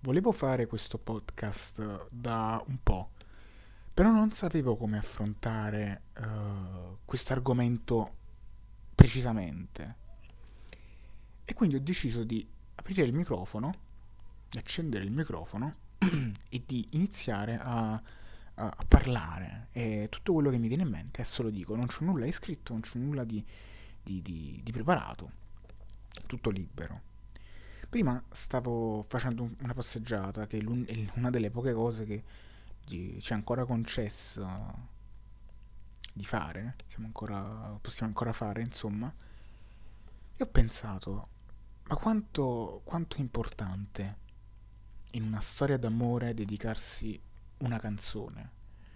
Volevo fare questo podcast da un po', però non sapevo come affrontare questo argomento precisamente. E quindi ho deciso di aprire il microfono, accendere il microfono e di iniziare a parlare. E tutto quello che mi viene in mente, adesso lo dico, non c'ho nulla di scritto, non c'ho nulla di preparato, tutto libero. Prima stavo facendo una passeggiata, che è una delle poche cose che ci è ancora concesso di fare, possiamo ancora fare, insomma. E ho pensato, ma quanto è importante in una storia d'amore dedicarsi una canzone.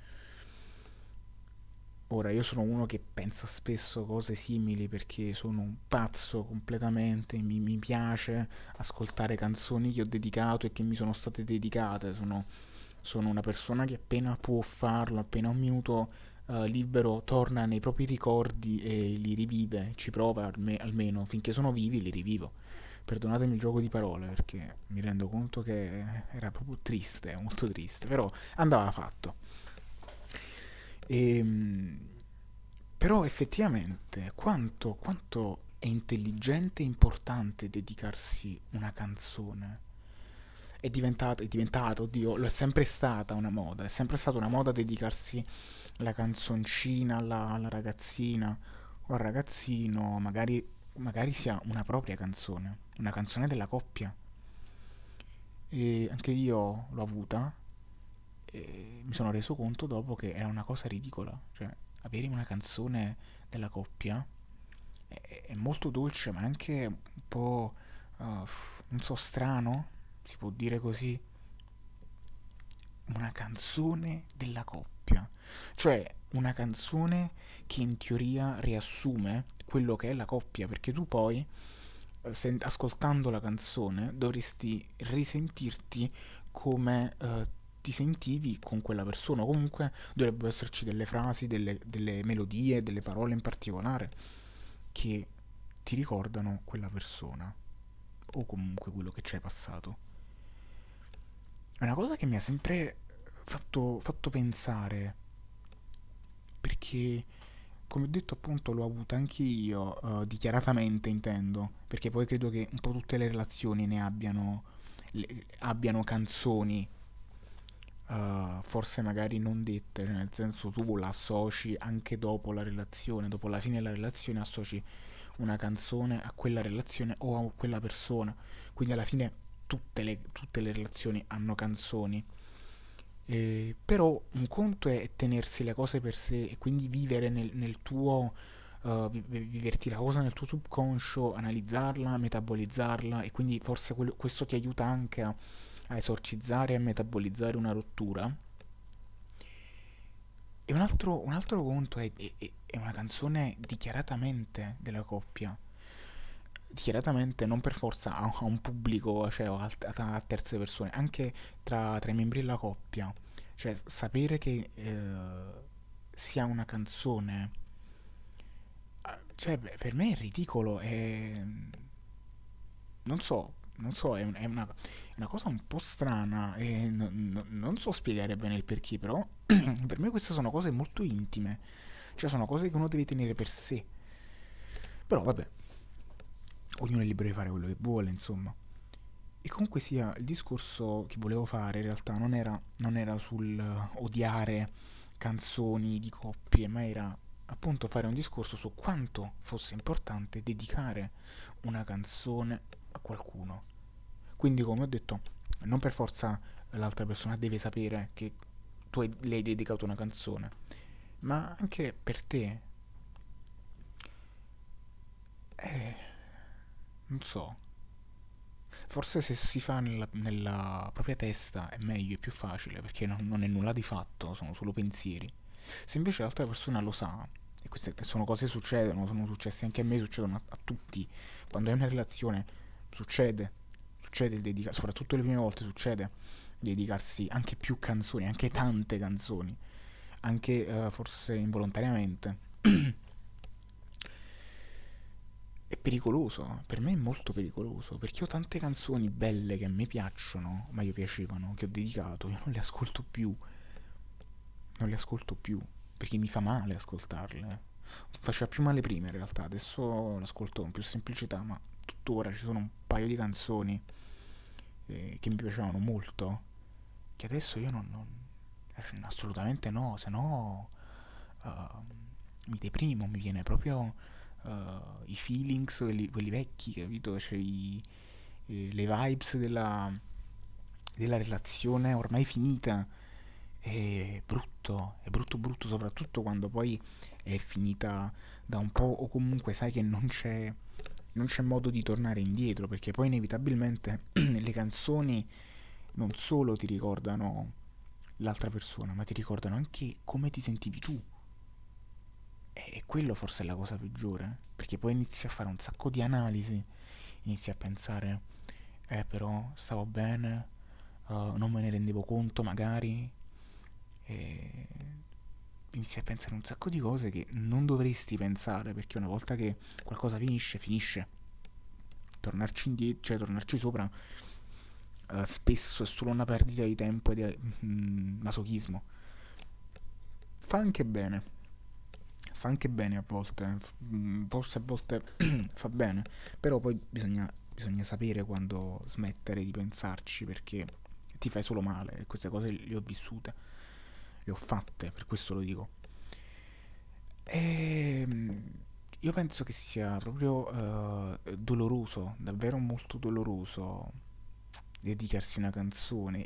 Ora, io sono uno che pensa spesso cose simili perché sono un pazzo completamente, mi piace ascoltare canzoni che ho dedicato e che mi sono state dedicate, sono una persona che appena può farlo, appena un minuto libero, torna nei propri ricordi e li rivive, ci prova almeno, finché sono vivi li rivivo. Perdonatemi il gioco di parole perché mi rendo conto che era proprio triste, molto triste, però andava fatto. E, però effettivamente quanto è intelligente e importante dedicarsi una canzone. Oddio, lo è sempre stata una moda, è sempre stata una moda dedicarsi la canzoncina alla ragazzina o al ragazzino, magari sia una propria canzone, una canzone della coppia. E anche io l'ho avuta e mi sono reso conto dopo che era una cosa ridicola, cioè avere una canzone della coppia è molto dolce, ma anche un po', non so, strano, si può dire così, una canzone della coppia, cioè una canzone che in teoria riassume quello che è la coppia, perché tu poi, ascoltando la canzone, dovresti risentirti come ti sentivi con quella persona, o comunque dovrebbero esserci delle frasi, delle melodie, delle parole in particolare che ti ricordano quella persona, o comunque quello che ci hai passato. È una cosa che mi ha sempre fatto pensare, perché, come ho detto appunto, l'ho avuta anche io, dichiaratamente intendo, perché poi credo che un po' tutte le relazioni abbiano canzoni, forse magari non dette, cioè nel senso tu la associ anche dopo la relazione, dopo la fine della relazione associ una canzone a quella relazione o a quella persona, quindi alla fine tutte le relazioni hanno canzoni. Però un conto è tenersi le cose per sé e quindi vivere nel tuo, viverti la cosa nel tuo subconscio, analizzarla, metabolizzarla, e quindi forse questo ti aiuta anche a esorcizzare e a metabolizzare una rottura. E un altro conto è una canzone dichiaratamente della coppia, dichiaratamente non per forza a un pubblico, cioè a terze persone, anche tra i membri della coppia. Cioè, sapere che sia una canzone, cioè, per me è ridicolo, non so, è una cosa un po' strana e non so spiegare bene il perché, però per me queste sono cose molto intime, cioè sono cose che uno deve tenere per sé. Però vabbè, ognuno è libero di fare quello che vuole, insomma. E comunque sia, il discorso che volevo fare in realtà non era sul odiare canzoni di coppie, ma era appunto fare un discorso su quanto fosse importante dedicare una canzone a qualcuno. Quindi, come ho detto, non per forza l'altra persona deve sapere che le hai dedicato una canzone, ma anche per te, eh, non so, forse se si fa nella propria testa è meglio, è più facile, perché non è nulla di fatto, sono solo pensieri. Se invece l'altra persona lo sa, e queste sono cose che succedono, sono successe anche a me, succedono a tutti, quando hai una relazione succede soprattutto le prime volte succede di dedicarsi anche più canzoni, anche tante canzoni, anche forse involontariamente. è pericoloso, per me è molto pericoloso, perché ho tante canzoni belle che a me piacciono, ma io piacevano, che ho dedicato, io non le ascolto più, non le ascolto più, perché mi fa male ascoltarle. Faceva più male prima in realtà, adesso l'ascolto con più semplicità, ma tuttora ci sono un paio di canzoni che mi piacevano molto, che adesso io assolutamente no, se no mi deprimo, mi viene proprio i feelings, quelli vecchi, capito? Cioè le vibes della relazione ormai finita. È brutto brutto, soprattutto quando poi è finita da un po' o comunque sai che non c'è modo di tornare indietro, perché poi inevitabilmente le canzoni non solo ti ricordano l'altra persona, ma ti ricordano anche come ti sentivi tu. E quello forse è la cosa peggiore, perché poi inizi a fare un sacco di analisi, inizi a pensare, però stavo bene, non me ne rendevo conto magari, e inizi a pensare un sacco di cose che non dovresti pensare, perché una volta che qualcosa finisce, finisce. Tornarci indietro, cioè tornarci sopra, spesso è solo una perdita di tempo e di masochismo. Fa anche bene, fa anche bene a volte, forse a volte fa bene, però poi bisogna sapere quando smettere di pensarci, perché ti fai solo male, e queste cose le ho vissute, le ho fatte, per questo lo dico. E io penso che sia proprio doloroso, davvero molto doloroso dedicarsi una canzone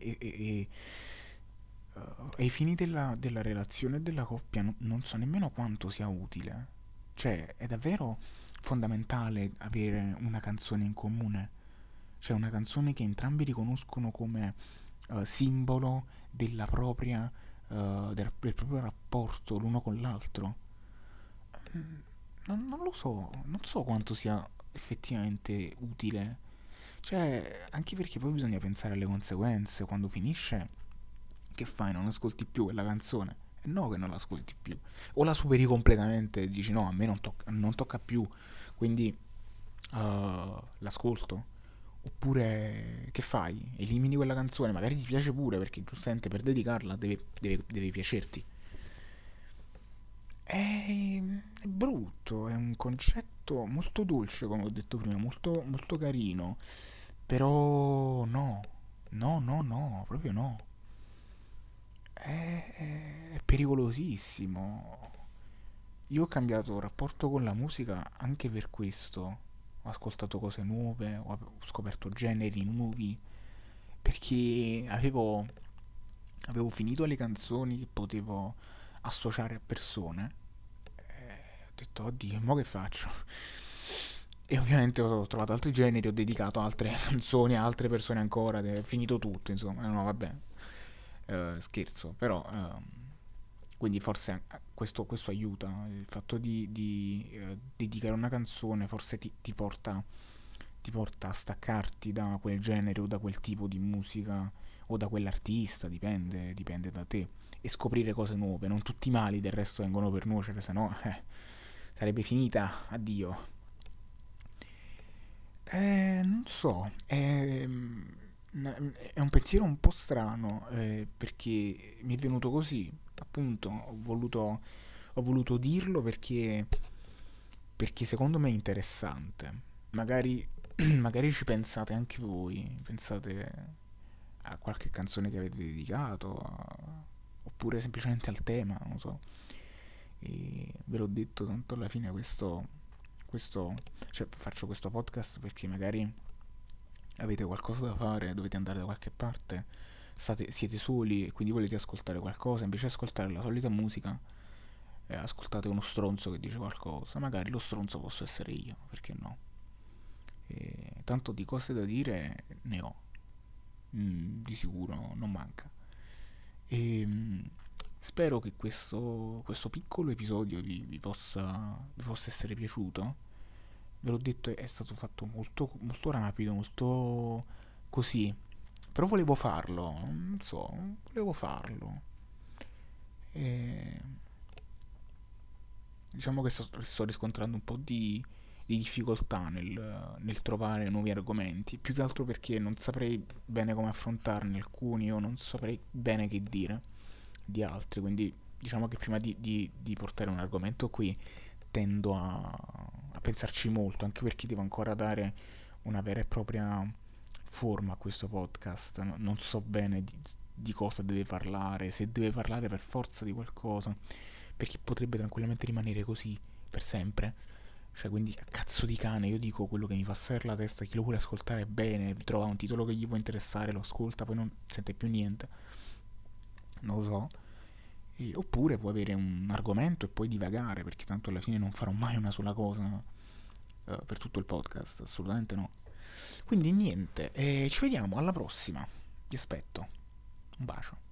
ai fini della relazione e della coppia non so nemmeno quanto sia utile. Cioè, è davvero fondamentale avere una canzone in comune, cioè una canzone che entrambi riconoscono come simbolo della propria, del proprio rapporto l'uno con l'altro. Non lo so, non so quanto sia effettivamente utile. Cioè, anche perché poi bisogna pensare alle conseguenze. Quando finisce, che fai? Non ascolti più quella canzone? E no che non l'ascolti più. O la superi completamente e dici no, a me non tocca più, quindi l'ascolto. Oppure che fai? Elimini quella canzone, magari ti piace pure perché giustamente per dedicarla deve piacerti. È brutto, è un concetto molto dolce, come ho detto prima, molto, molto carino, però no, no, no, no, proprio no. È pericolosissimo. Io ho cambiato rapporto con la musica anche per questo. Ho ascoltato cose nuove, ho scoperto generi nuovi, perché avevo finito le canzoni che potevo associare a persone. Ho detto, oddio, mo che faccio? E ovviamente ho trovato altri generi, ho dedicato altre canzoni a altre persone ancora, ed è finito tutto, insomma. No, vabbè, scherzo, però quindi forse questo aiuta, il fatto di dedicare una canzone forse ti porta a staccarti da quel genere o da quel tipo di musica o da quell'artista, dipende da te, e scoprire cose nuove. Non tutti i mali del resto vengono per nuocere, se no sarebbe finita, addio. Non so, è un pensiero un po' strano, perché mi è venuto così, appunto, ho voluto dirlo perché secondo me è interessante. Magari, magari ci pensate anche voi, pensate a qualche canzone che avete dedicato, oppure semplicemente al tema, non lo so. E ve l'ho detto, tanto alla fine cioè faccio questo podcast perché magari avete qualcosa da fare, dovete andare da qualche parte, siete soli e quindi volete ascoltare qualcosa, invece di ascoltare la solita musica, ascoltate uno stronzo che dice qualcosa, magari lo stronzo posso essere io, perché no? E tanto di cose da dire ne ho, di sicuro non manca. E spero che questo piccolo episodio vi possa essere piaciuto. Ve l'ho detto, è stato fatto molto, molto rapido, molto così. Però volevo farlo, non so, volevo farlo. E diciamo che sto riscontrando un po' di di difficoltà nel trovare nuovi argomenti, più che altro perché non saprei bene come affrontarne alcuni o non saprei bene che dire di altri, quindi diciamo che prima di portare un argomento qui tendo a pensarci molto, anche perché devo ancora dare una vera e propria forma a questo podcast. Non so bene di cosa deve parlare, se deve parlare per forza di qualcosa, perché potrebbe tranquillamente rimanere così per sempre. Cioè, quindi a cazzo di cane io dico quello che mi fa per la testa, chi lo vuole ascoltare bene, trova un titolo che gli può interessare, lo ascolta, poi non sente più niente. Non lo so. Oppure può avere un argomento e poi divagare, perché tanto alla fine non farò mai una sola cosa per tutto il podcast, assolutamente no. Quindi niente, ci vediamo alla prossima. Vi aspetto. Un bacio.